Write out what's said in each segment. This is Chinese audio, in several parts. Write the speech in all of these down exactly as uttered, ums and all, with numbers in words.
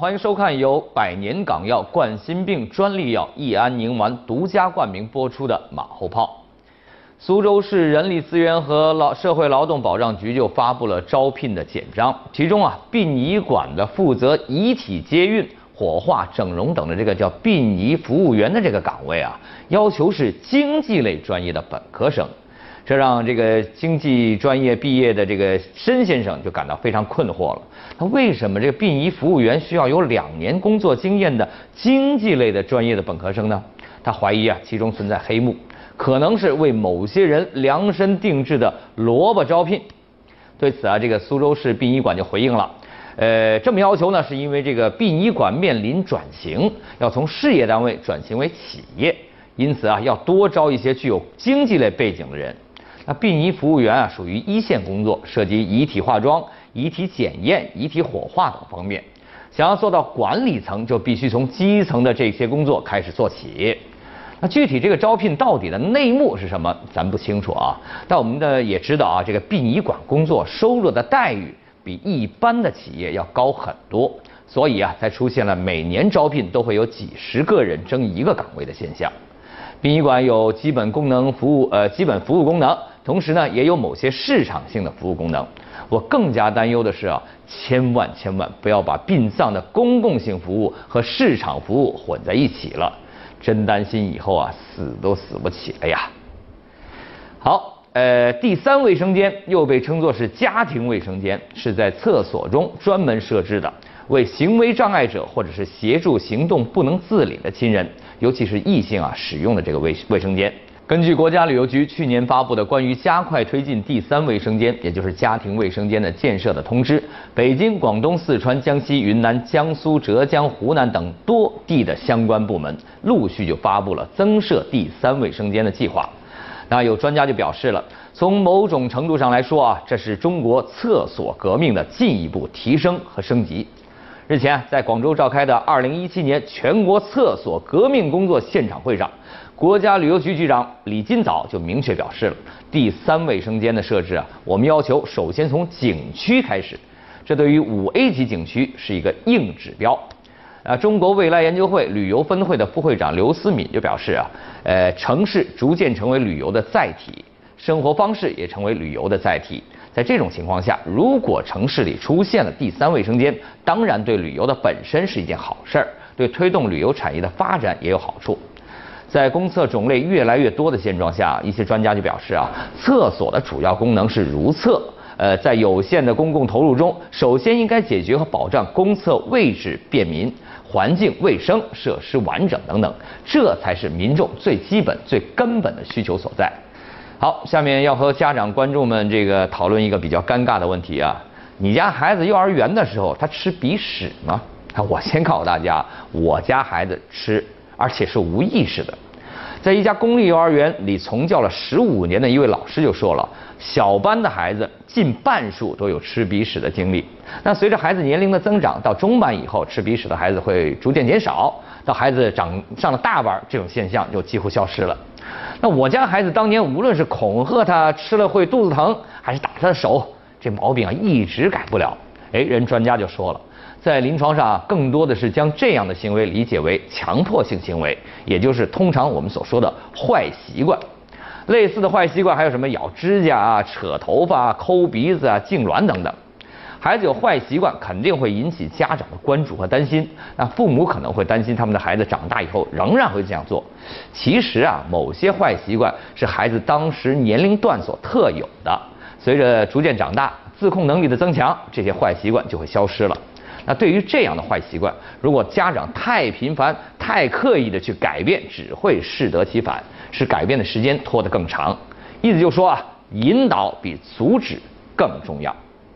欢迎收看由百年港药冠心病专利药益安宁丸独家冠名播出的《马后炮》。苏州市人力资源和劳社会劳动保障局就发布了招聘的简章，其中啊，殡仪馆的负责遗体接运、火化、整容等的这个叫殡仪服务员的这个岗位啊，要求是经济类专业的本科生。 这让这个经济专业毕业的这个申先生就感到非常困惑了。他为什么这个殡仪服务员需要有两年工作经验的经济类的专业的本科生呢？他怀疑啊，其中存在黑幕，可能是为某些人量身定制的萝卜招聘。对此啊，这个苏州市殡仪馆就回应了。 呃，这么要求呢，是因为这个殡仪馆面临转型，要从事业单位转型为企业，因此啊，要多招一些具有经济类背景的人。 那殡仪服务员啊，属于一线工作，涉及遗体化妆、遗体检验、遗体火化等方面。想要做到管理层，就必须从基层的这些工作开始做起。那具体这个招聘到底的内幕是什么，咱不清楚啊。但我们呢也知道啊，这个殡仪馆工作收入的待遇比一般的企业要高很多，所以啊，才出现了每年招聘都会有几十个人争一个岗位的现象。殡仪馆有基本功能服务，呃，基本服务功能。 同时呢，也有某些市场性的服务功能。我更加担忧的是啊，千万千万不要把殡葬的公共性服务和市场服务混在一起了，真担心以后啊死都死不起了呀。好，呃，第三卫生间又被称作是家庭卫生间，是在厕所中专门设置的，为行为障碍者或者是协助行动不能自理的亲人，尤其是异性啊使用的这个卫卫生间。 根据国家旅游局去年发布的关于加快推进第三卫生间，也就是家庭卫生间的建设的通知，北京、广东、四川、江西、云南、江苏、浙江、湖南等多地的相关部门陆续就发布了增设第三卫生间的计划。那有专家就表示了，从某种程度上来说啊，这是中国厕所革命的进一步提升和升级。 日前，在广州召开的二零一七年全国厕所革命工作现场会上，国家旅游局局长李金早就明确表示了，第三卫生间的设置啊，我们要求首先从景区开始，这对于五 A 级景区是一个硬指标。啊，中国未来研究会旅游分会的副会长刘思敏就表示啊，呃，城市逐渐成为旅游的载体，生活方式也成为旅游的载体。 在这种情况下，如果城市里出现了第三卫生间，当然对旅游的本身是一件好事儿，对推动旅游产业的发展也有好处。在公厕种类越来越多的现状下，一些专家就表示啊，厕所的主要功能是如厕。呃，在有限的公共投入中，首先应该解决和保障公厕位置便民、环境卫生、设施完整等等，这才是民众最基本、最根本的需求所在。 好，下面要和家长观众们这个讨论一个比较尴尬的问题啊，你家孩子幼儿园的时候他吃鼻屎吗？我先告诉大家，我家孩子吃，而且是无意识的。在一家公立幼儿园里从教了十五年的一位老师就说了，小班的孩子近半数都有吃鼻屎的经历。那随着孩子年龄的增长，到中班以后，吃鼻屎的孩子会逐渐减少，到孩子长上了大班，这种现象就几乎消失了。 那我家孩子当年无论是恐吓他吃了会肚子疼，还是打他的手，这毛病啊一直改不了。哎，人专家就说了，在临床上啊，更多的是将这样的行为理解为强迫性行为，也就是通常我们所说的坏习惯。类似的坏习惯还有什么咬指甲啊、扯头发、抠鼻子啊、痉挛等等。 孩子有坏习惯，肯定会引起家长的关注和担心。那父母可能会担心他们的孩子长大以后仍然会这样做。其实啊，某些坏习惯是孩子当时年龄段所特有的，随着逐渐长大，自控能力的增强，这些坏习惯就会消失了。那对于这样的坏习惯，如果家长太频繁、太刻意的去改变，只会适得其反，使改变的时间拖得更长。意思就是说啊，引导比阻止更重要。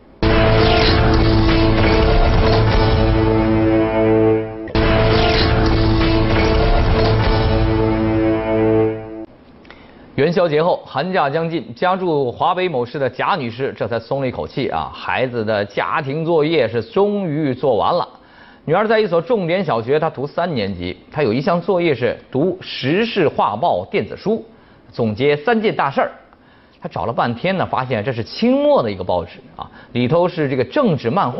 元宵节后，寒假将近，家住华北某市的贾女士这才松了一口气啊！孩子的家庭作业是终于做完了。女儿在一所重点小学，她读三年级，她有一项作业是读时事画报电子书，总结三件大事儿。她找了半天呢，发现这是清末的一个报纸啊，里头是这个政治漫画，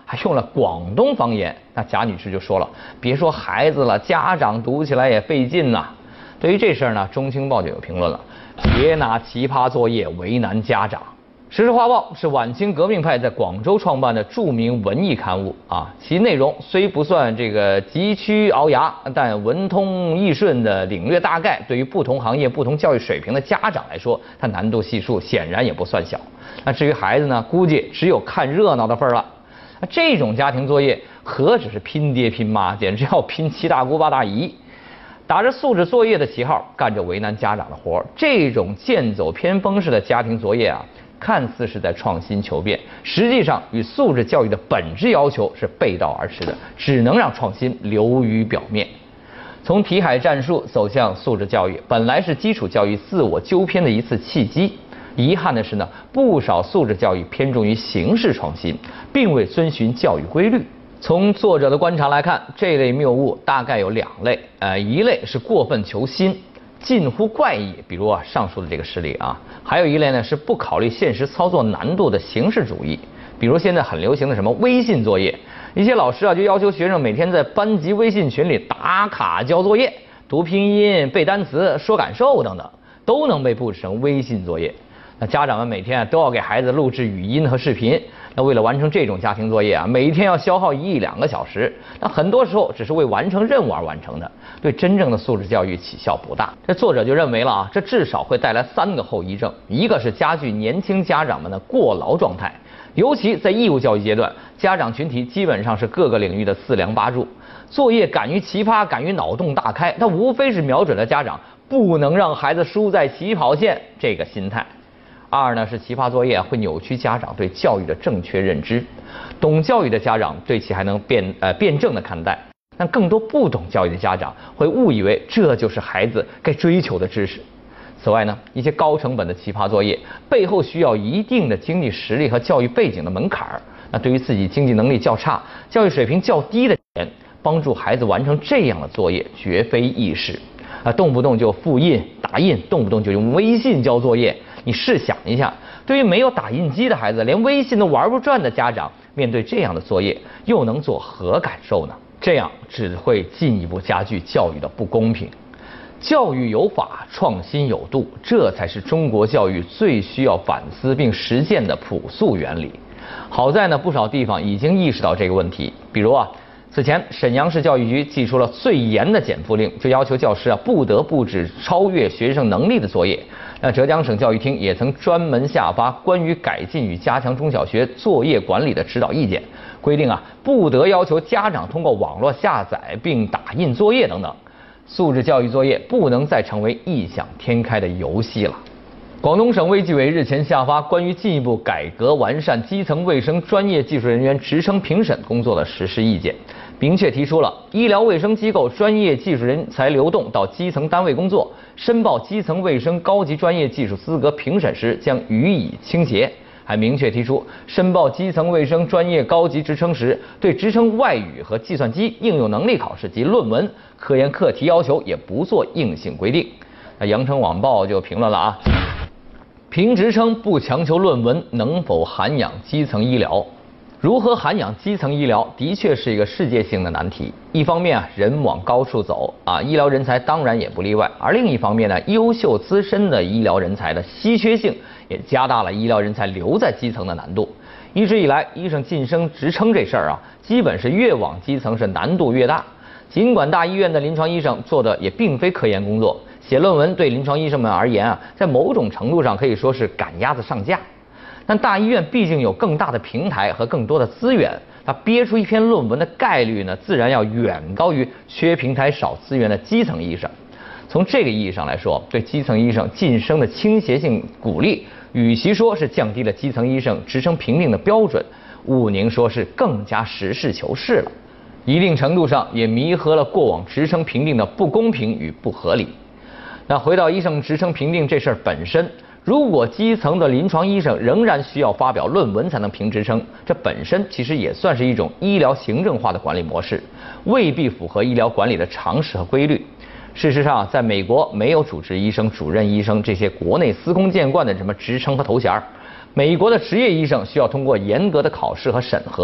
还用了广东方言。那贾女士就说了，别说孩子了，家长读起来也费劲呐。对于这事儿呢，中青报就有评论了，别拿奇葩作业为难家长。时事画报是晚清革命派在广州创办的著名文艺刊物啊，其内容虽不算这个急趋鳌牙，但文通义顺的领略大概，对于不同行业、不同教育水平的家长来说，它难度系数显然也不算小。那至于孩子呢，估计只有看热闹的份儿了。那这种家庭作业何止是拼爹拼妈，简直要拼七大姑八大姨。打着素质作业的旗号，干着为难家长的活儿，这种剑走偏锋式的家庭作业啊，看似是在创新求变，实际上与素质教育的本质要求是背道而驰的，只能让创新流于表面。从题海战术走向素质教育，本来是基础教育自我纠偏的一次契机。遗憾的是呢，不少素质教育偏重于形式创新，并未遵循教育规律。从作者的观察来看，这类谬误大概有两类，呃，一类是过分求新，近乎怪异，比如啊上述的这个实例啊；还有一类呢是不考虑现实操作难度的形式主义，比如现在很流行的什么微信作业，一些老师啊就要求学生每天在班级微信群里打卡交作业，读拼音、背单词、说感受等等，都能被布置成微信作业。那家长们每天啊都要给孩子录制语音和视频，那为了完成这种家庭作业啊，每天要消耗一两个小时，那很多时候只是为完成任务而完成的，对真正的素质教育起效不大。这作者就认为了啊，这至少会带来三个后遗症，一个是加剧年轻家长们的过劳状态，尤其在义务教育阶段，家长群体基本上是各个领域的四梁八柱，作业敢于奇葩，敢于脑洞大开，它无非是瞄准了家长不能让孩子输在起跑线这个心态。二呢是奇葩作业会扭曲家长对教育的正确认知，懂教育的家长对其还能辩呃辩证的看待，但更多不懂教育的家长会误以为这就是孩子该追求的知识。此外呢，一些高成本的奇葩作业背后需要一定的经济实力和教育背景的门槛儿，那对于自己经济能力较差、教育水平较低的人，帮助孩子完成这样的作业绝非易事。啊，动不动就复印、打印，动不动就用微信交作业。你试想一下，对于没有打印机的孩子，连微信都玩不转的家长，面对这样的作业，又能作何感受呢？这样只会进一步加剧教育的不公平。教育有法，创新有度，这才是中国教育最需要反思并实践的朴素原理。好在呢，不少地方已经意识到这个问题，比如啊。此前，沈阳市教育局寄出了最严的减负令，就要求教师啊不得布置超越学生能力的作业。那浙江省教育厅也曾专门下发关于改进与加强中小学作业管理的指导意见，规定啊不得要求家长通过网络下载并打印作业等等。素质教育作业不能再成为异想天开的游戏了。广东省卫计委日前下发关于进一步改革完善基层卫生专业技术人员职称评审工作的实施意见，明确提出了医疗卫生机构专业技术人才流动到基层单位工作，申报基层卫生高级专业技术资格评审时将予以倾斜。还明确提出，申报基层卫生专业高级职称时，对职称外语和计算机应用能力考试及论文科研课题要求也不做硬性规定。那羊城晚报就评论了啊。评职称不强求论文，能否涵养基层医疗？如何涵养基层医疗，的确是一个世界性的难题。一方面啊，人往高处走啊，医疗人才当然也不例外；而另一方面呢，优秀资深的医疗人才的稀缺性也加大了医疗人才留在基层的难度。一直以来，医生晋升职称这事儿啊，基本是越往基层是难度越大。尽管大医院的临床医生做的也并非科研工作。写论文对临床医生们而言啊，在某种程度上可以说是赶鸭子上架，但大医院毕竟有更大的平台和更多的资源，它憋出一篇论文的概率呢，自然要远高于缺平台少资源的基层医生。从这个意义上来说，对基层医生晋升的倾斜性鼓励，与其说是降低了基层医生职称评定的标准，毋宁说是更加实事求是了，一定程度上也弥合了过往职称评定的不公平与不合理。那回到医生职称评定这事儿本身，如果基层的临床医生仍然需要发表论文才能评职称，这本身其实也算是一种医疗行政化的管理模式，未必符合医疗管理的常识和规律。事实上，在美国没有主治医生、主任医生这些国内司空见惯的什么职称和头衔，美国的执业医生需要通过严格的考试和审核，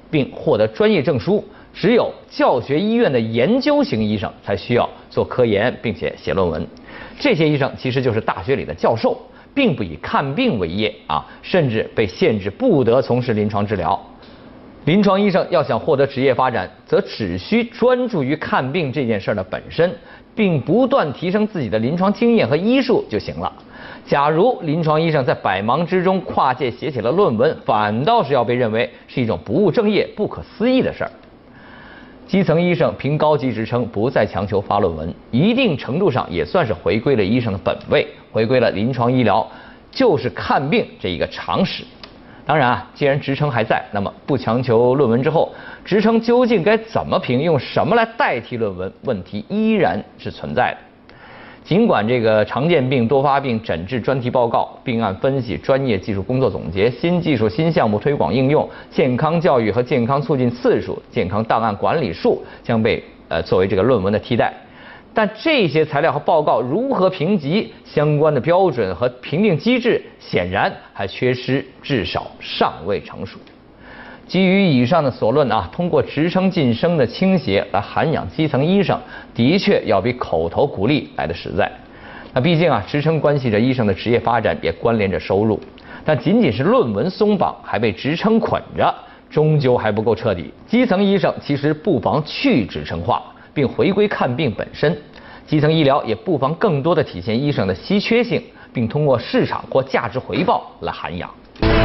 并获得专业证书，只有教学医院的研究型医生才需要做科研并且写论文。这些医生其实就是大学里的教授，并不以看病为业啊，甚至被限制不得从事临床治疗。临床医生要想获得职业发展，则只需专注于看病这件事的本身，并不断提升自己的临床经验和医术就行了。假如临床医生在百忙之中跨界写起了论文，反倒是要被认为是一种不务正业、不可思议的事儿。基层医生凭高级职称不再强求发论文，一定程度上也算是回归了医生的本位，回归了临床医疗就是看病这一个常识。当然啊，既然职称还在，那么不强求论文之后，职称究竟该怎么评，用什么来代替论文，问题依然是存在的。尽管这个常见病、多发病诊治专题报告、病案分析、专业技术工作总结、新技术新项目推广应用、健康教育和健康促进次数、健康档案管理术将被呃作为这个论文的替代，但这些材料和报告如何评级、相关的标准和评定机制，显然还缺失，至少尚未成熟。基于以上的所论啊，通过职称晋升的倾斜来涵养基层医生，的确要比口头鼓励来的实在。那毕竟啊，职称关系着医生的职业发展，也关联着收入。但仅仅是论文松绑，还被职称捆着，终究还不够彻底。基层医生其实不妨去职称化，并回归看病本身。基层医疗也不妨更多的体现医生的稀缺性，并通过市场或价值回报来涵养。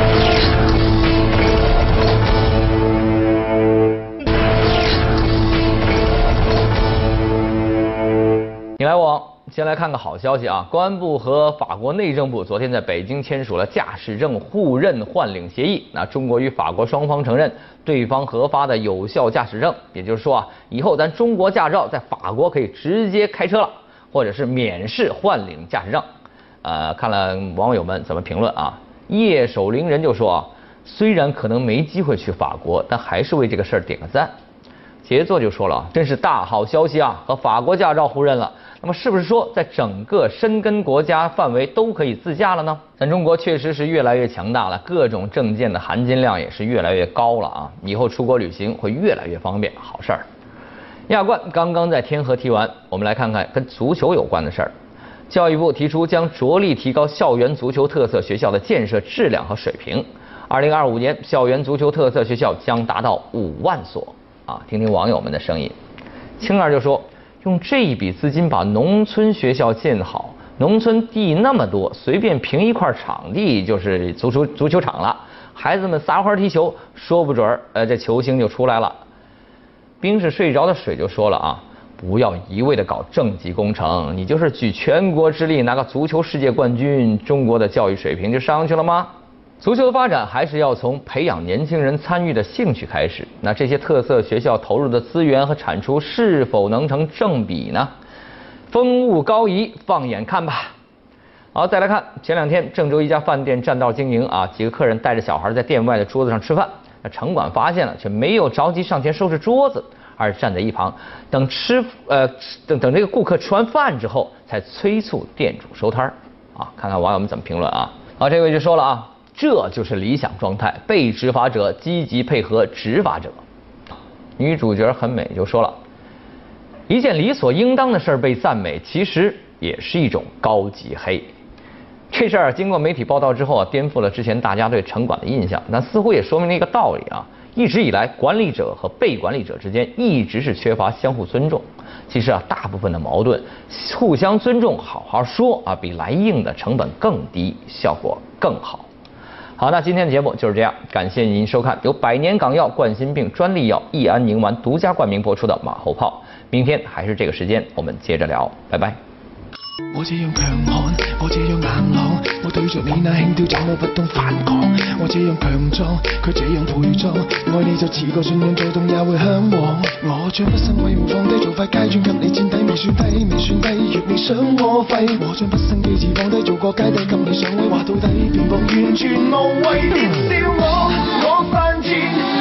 你来我往，先来看个好消息啊！公安部和法国内政部昨天在北京签署了驾驶证互认换领协议。那中国与法国双方承认对方核发的有效驾驶证，也就是说啊，以后咱中国驾照在法国可以直接开车了，或者是免试换领驾驶证。呃，看了网友们怎么评论啊？叶守灵人就说啊，虽然可能没机会去法国，但还是为这个事儿点个赞。杰作就说了啊，真是大好消息啊，和法国驾照互认了。那么是不是说在整个申根国家范围都可以自驾了呢？咱中国确实是越来越强大了，各种证件的含金量也是越来越高了啊，以后出国旅行会越来越方便，好事儿。亚冠刚刚在天河踢完，我们来看看跟足球有关的事儿。教育部提出将着力提高校园足球特色学校的建设质量和水平。二零二五年，校园足球特色学校将达到五万所啊！听听网友们的声音。青儿就说，用这一笔资金把农村学校建好，农村地那么多，随便评一块场地就是足球足球场了，孩子们撒欢踢球，说不准儿呃这球星就出来了。冰是睡着的水就说了啊，不要一味的搞政绩工程，你就是举全国之力拿个足球世界冠军，中国的教育水平就上去了吗？足球的发展还是要从培养年轻人参与的兴趣开始。那这些特色学校投入的资源和产出是否能成正比呢？风物高宜，放眼看吧。好，再来看前两天郑州一家饭店占道经营啊，几个客人带着小孩在店外的桌子上吃饭，那城管发现了，却没有着急上前收拾桌子，而站在一旁等吃呃等等这个顾客吃完饭之后，才催促店主收摊儿啊。看看网友们怎么评论啊。好，这位就说了啊。这就是理想状态，被执法者积极配合执法者。女主角很美就说了，一件理所应当的事儿被赞美，其实也是一种高级黑。这事儿经过媒体报道之后啊，颠覆了之前大家对城管的印象，但似乎也说明了一个道理啊，一直以来管理者和被管理者之间一直是缺乏相互尊重。其实啊，大部分的矛盾互相尊重，好好说啊，比来硬的成本更低，效果更好。好，那今天的节目就是这样，感谢您收看由百年港药冠心病专利药益安宁丸独家冠名播出的马后炮。明天还是这个时间，我们接着聊，拜拜。 我這樣強悍，我這樣硬朗，我對着你那輕佻怎麼不懂反抗？我這樣強壯，佢這樣陪葬，愛你就似個信仰，再痛也會向往。我將畢生威武放低，做塊階磚給你墊底，未算低，未算低，若你想我廢，我將畢生機智放低，做個階梯給你上位，話到底便忘完全無謂，別笑我，我犯賤。